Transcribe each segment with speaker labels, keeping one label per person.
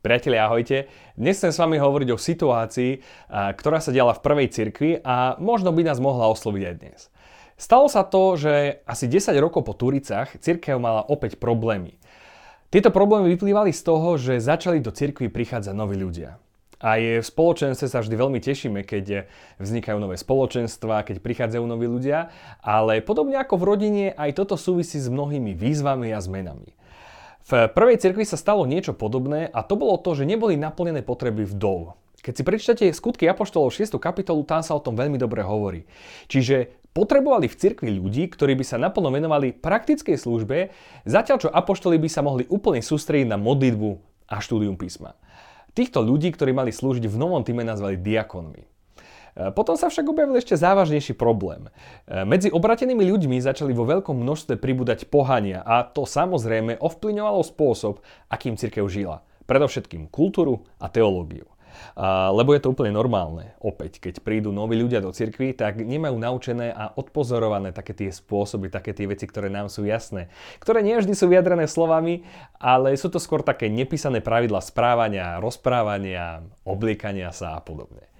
Speaker 1: Priatelia, ahojte. Dnes chcem s vami hovoriť o situácii, ktorá sa diala v prvej cirkvi a možno by nás mohla osloviť aj dnes. Stalo sa to, že asi 10 rokov po Turicách cirkev mala opäť problémy. Tieto problémy vyplývali z toho, že začali do cirkvi prichádzať noví ľudia. Aj v spoločenstve sa vždy veľmi tešíme, keď vznikajú nové spoločenstvá, keď prichádzajú noví ľudia, ale podobne ako v rodine, aj toto súvisí s mnohými výzvami a zmenami. V prvej cirkvi sa stalo niečo podobné a to bolo to, že neboli naplnené potreby vdov. Keď si prečítate Skutky apoštolov 6. kapitolu, tam sa o tom veľmi dobre hovorí. Čiže potrebovali v cirkvi ľudí, ktorí by sa naplno venovali praktickej službe, zatiaľ čo apoštoli by sa mohli úplne sústrediť na modlitbu a štúdium písma. Týchto ľudí, ktorí mali slúžiť v novom týme, nazvali diakonmi. Potom sa však objavil ešte závažnejší problém. Medzi obratenými ľuďmi začali vo veľkom množstve pribúdať pohania a to samozrejme ovplyvňovalo spôsob, akým cirkev žila. Predovšetkým kultúru a teológiu. Lebo je to úplne normálne. Opäť, keď prídu noví ľudia do cirkvi, tak nemajú naučené a odpozorované také tie spôsoby, také tie veci, ktoré nám sú jasné. Ktoré nie vždy sú vyjadrené slovami, ale sú to skôr také nepísané pravidlá správania, rozprávania, obliekania sa a podobne.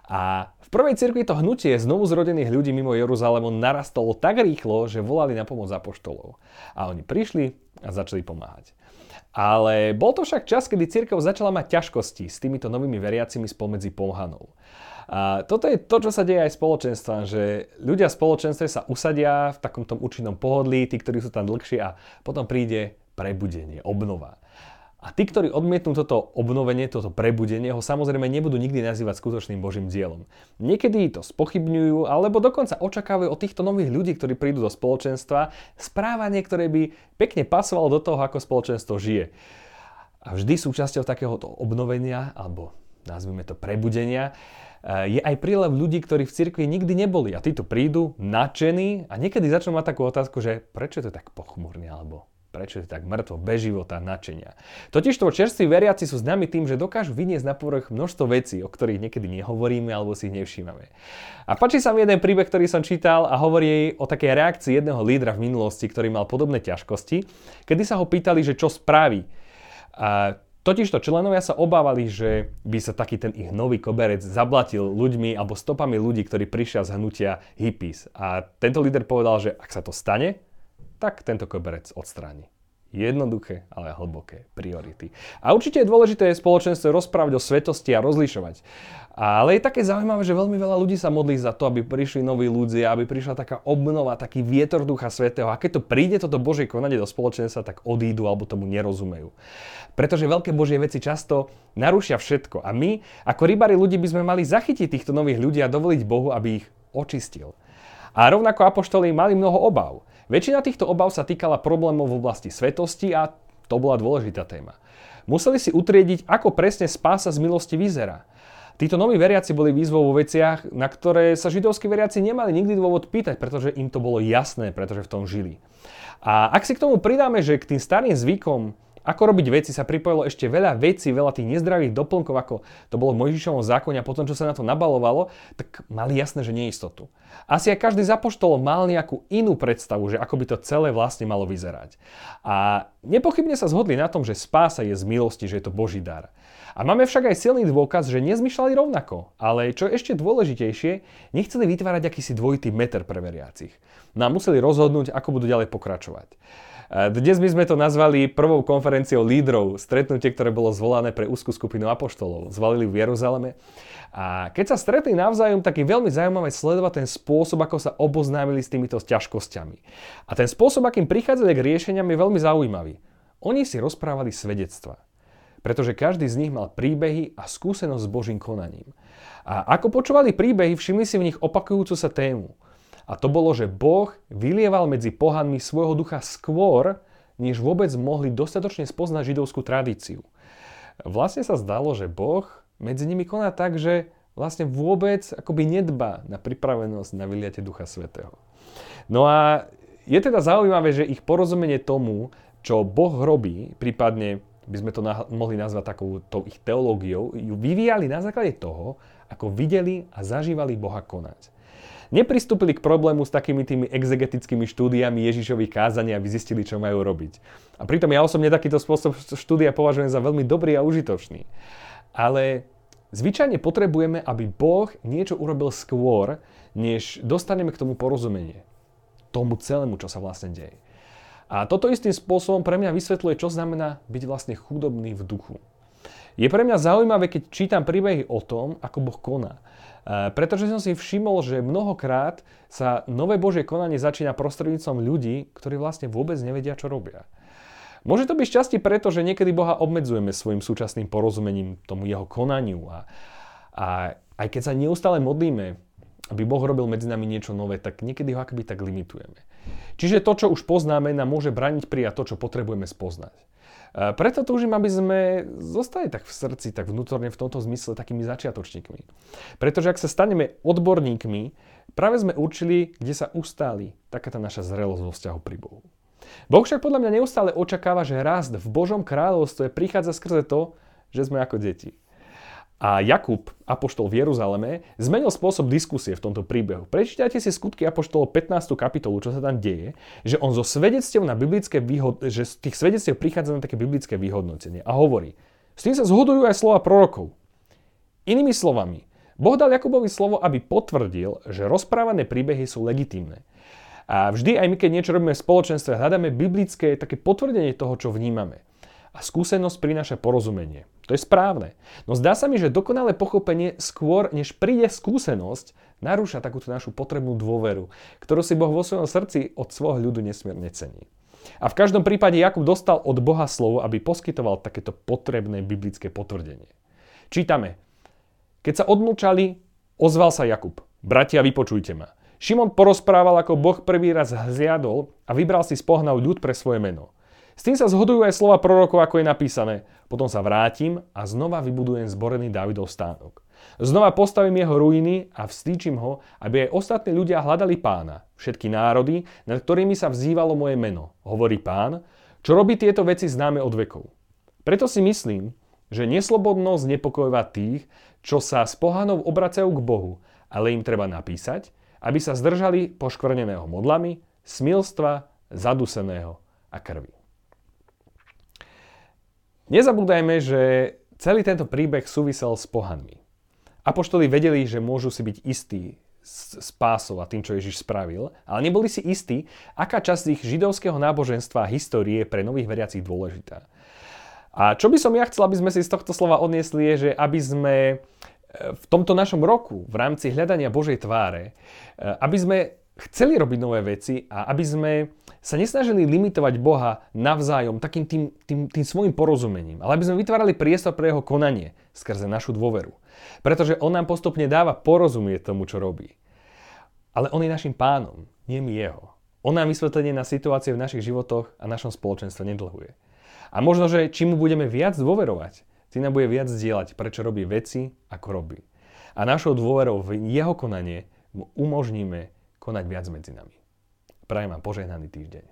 Speaker 1: A v prvej cirkvi to hnutie znovu zrodených ľudí mimo Jeruzalému narastolo tak rýchlo, že volali na pomoc apoštolov. A oni prišli a začali pomáhať. Ale bol to však čas, kedy cirkev začala mať ťažkosti s týmito novými veriacimi spomedzi pohanov. A toto je to, čo sa deje aj v spoločenstvách, že ľudia v spoločenstve sa usadia v takomto účinnom pohodlí, tí, ktorí sú tam dlhšie a potom príde prebudenie, obnova. A tí, ktorí odmietnú toto obnovenie, toto prebudenie, ho samozrejme nebudú nikdy nazývať skutočným Božím dielom. Niekedy to spochybňujú, alebo dokonca očakávajú od týchto nových ľudí, ktorí prídu do spoločenstva, správanie, ktoré by pekne pasovalo do toho, ako spoločenstvo žije. A vždy súčasťou takéhoto obnovenia, alebo nazvime to prebudenia, je aj prílev ľudí, ktorí v cirkvi nikdy neboli. A tí tu prídu nadšení a niekedy začnú mať takú otázku, že prečo je to tak pochmúrne, alebo prečo je tak mŕtvo, bez života, nadšenia. Totižto čerství veriaci sú známi tým, že dokážu vyniesť na povrch množstvo vecí, o ktorých niekedy nehovoríme alebo si ich nevšímame. A páči sa mi jeden príbeh, ktorý som čítal a hovorí o takej reakcii jedného lídra v minulosti, ktorý mal podobné ťažkosti, kedy sa ho pýtali, že čo spraví. A totižto členovia sa obávali, že by sa taký ten ich nový koberec zablatil ľuďmi alebo stopami ľudí, ktorí prišli z hnutia hippies. A tento líder povedal, že ak sa to stane, tak tento koberec odstráni. Jednoduché, ale hlboké priority. A určite je dôležité v spoločenstve rozprávať o svetosti a rozlišovať. Ale je také zaujímavé, že veľmi veľa ľudí sa modlí za to, aby prišli noví ľudia, aby prišla taká obnova, taký vietor Ducha Svätého. A keď to príde toto Božie konanie do spoločenstva, tak odídu alebo tomu nerozumejú. Pretože veľké Božie veci často narušia všetko. A my, ako rybári ľudí, by sme mali zachytiť týchto nových ľudí a dovoliť Bohu, aby ich očistil. A rovnako apoštoli mali mnoho obáv. Väčšina týchto obáv sa týkala problémov v oblasti svetosti a to bola dôležitá téma. Museli si utriediť, ako presne spása z milosti vyzerá. Títo noví veriaci boli výzvou vo veciach, na ktoré sa židovskí veriaci nemali nikdy dôvod pýtať, pretože im to bolo jasné, pretože v tom žili. A ak si k tomu pridáme, že k tým starým zvykom, ako robiť veci, sa pripojilo ešte veľa vecí, veľa tých nezdravých doplnkov, ako to bolo v Mojžišovom zákone a potom, čo sa na to nabalovalo, tak mali jasné, že neistotu. Asi aj každý z apoštolov mal nejakú inú predstavu, že ako by to celé vlastne malo vyzerať. A nepochybne sa zhodli na tom, že spása je z milosti, že je to Boží dar. A máme však aj silný dôkaz, že nezmýšľali rovnako, ale čo je ešte dôležitejšie, nechceli vytvárať akýsi dvojitý meter pre veriacich. No a museli rozhodnúť, ako budú ďalej pokračovať. Dnes by sme to nazvali prvou konferenciou lídrov, stretnutie, ktoré bolo zvolané pre úzku skupinu apoštolov. Zvalili v Jeruzaleme. A keď sa stretli navzájom, tak je veľmi zaujímavé sledovať ten spôsob, ako sa oboznámili s týmito ťažkosťami. A ten spôsob, akým prichádzali k riešeniam, je veľmi zaujímavý. Oni si rozprávali svedectva, pretože každý z nich mal príbehy a skúsenosť s Božím konaním. A ako počúvali príbehy, všimli si v nich opakujúcu sa tému. A to bolo, že Boh vylieval medzi pohanmi svojho ducha skôr, než vôbec mohli dostatočne spoznať židovskú tradíciu. Vlastne sa zdalo, že Boh medzi nimi koná tak, že vlastne vôbec akoby nedbá na pripravenosť na vyliatie Ducha Svätého. No a je teda zaujímavé, že ich porozumenie tomu, čo Boh robí, prípadne by sme to mohli nazvať takouto ich teológiou, ju vyvíjali na základe toho, ako videli a zažívali Boha konať. nepristúpili k problému s takými tými exegetickými štúdiami Ježišových kázaní, aby zistili, čo majú robiť. A pritom ja osobne takýto spôsob štúdia považujem za veľmi dobrý a užitočný. Ale zvyčajne potrebujeme, aby Boh niečo urobil skôr, než dostaneme k tomu porozumenie. Tomu celému, čo sa vlastne deje. A toto istým spôsobom pre mňa vysvetľuje, čo znamená byť vlastne chudobný v duchu. Je pre mňa zaujímavé, keď čítam príbehy o tom, ako Boh koná. Pretože som si všimol, že mnohokrát sa nové Božie konanie začína prostredníctvom ľudí, ktorí vlastne vôbec nevedia, čo robia. Môže to byť šťastie preto, že niekedy Boha obmedzujeme svojim súčasným porozumením tomu jeho konaniu. A aj keď sa neustále modlíme, aby Boh robil medzi nami niečo nové, tak niekedy ho akoby tak limitujeme. Čiže to, čo už poznáme, nám môže brániť prijať to, čo potrebujeme spoznať. Preto túžim, aby sme zostali tak v srdci, tak vnútorne v tomto zmysle takými začiatočníkmi. Pretože ak sa staneme odborníkmi, práve sme určili, kde sa ustáli taká tá naša zrelosť vo vzťahu pri Bohu. Boh však podľa mňa neustále očakáva, že rast v Božom kráľovstve prichádza skrze to, že sme ako deti. A Jakub, apoštol v Jeruzaleme, zmenil spôsob diskusie v tomto príbehu. Prečítajte si Skutky apoštolov 15. kapitolu, čo sa tam deje, že on zo svedectiev na biblické že z tých svedectiev prichádza na také biblické vyhodnotenie a hovorí: s tým sa zhodujú aj slova prorokov. Inými slovami, Boh dal Jakubovi slovo, aby potvrdil, že rozprávané príbehy sú legitímne. A vždy, aj my, keď niečo robíme v spoločenstve, hľadáme biblické také potvrdenie toho, čo vnímame. A skúsenosť prináša porozumenie. To je správne. No zdá sa mi, že dokonalé pochopenie skôr, než príde skúsenosť, narúša takúto našu potrebnú dôveru, ktorú si Boh vo svojom srdci od svojho ľudu nesmierne cení. A v každom prípade Jakub dostal od Boha slovo, aby poskytoval takéto potrebné biblické potvrdenie. Čítame: keď sa odmlčali, ozval sa Jakub: bratia, vypočujte ma. Šimon porozprával, ako Boh prvý raz zliadol a vybral si z pohnav ľud pre svoje meno. S tým sa zhodujú aj slova prorokov, ako je napísané: potom sa vrátim a znova vybudujem zborený Dávidov stánok. Znova postavím jeho ruiny a vstýčim ho, aby aj ostatní ľudia hľadali Pána, všetky národy, nad ktorými sa vzývalo moje meno, hovorí Pán, čo robí tieto veci známe od vekov. Preto si myslím, že neslobodno znepokojovať tých, čo sa z pohanov obracajú k Bohu, ale im treba napísať, aby sa zdržali poškvrneného modlami, smilstva, zaduseného a krvi. Nezabúdajme, že celý tento príbeh súvisel s pohanmi. Apoštoli vedeli, že môžu si byť istí spásou a tým, čo Ježiš spravil, ale neboli si istí, aká časť ich židovského náboženstva a histórie je pre nových veriacich dôležitá. A čo by som ja chcel, aby sme si z tohto slova odniesli, je, že aby sme v tomto našom roku, v rámci hľadania Božej tváre, aby sme chceli robiť nové veci a aby sme sa nesnažili limitovať Boha navzájom takým tým svojim porozumením, ale aby sme vytvárali priestor pre jeho konanie skrze našu dôveru. Pretože on nám postupne dáva porozumieť tomu, čo robí. Ale on je našim pánom, nie my jeho. On nám vysvetlenie na situácie v našich životoch a našom spoločenstve nedlhuje. A možno, že čím mu budeme viac dôverovať, tým nám bude viac zdieľať, prečo robí veci, ako robí. A našou dôverou v jeho konanie mu umožníme konať viac medzi nami. Prajem vám požehnaný týždeň.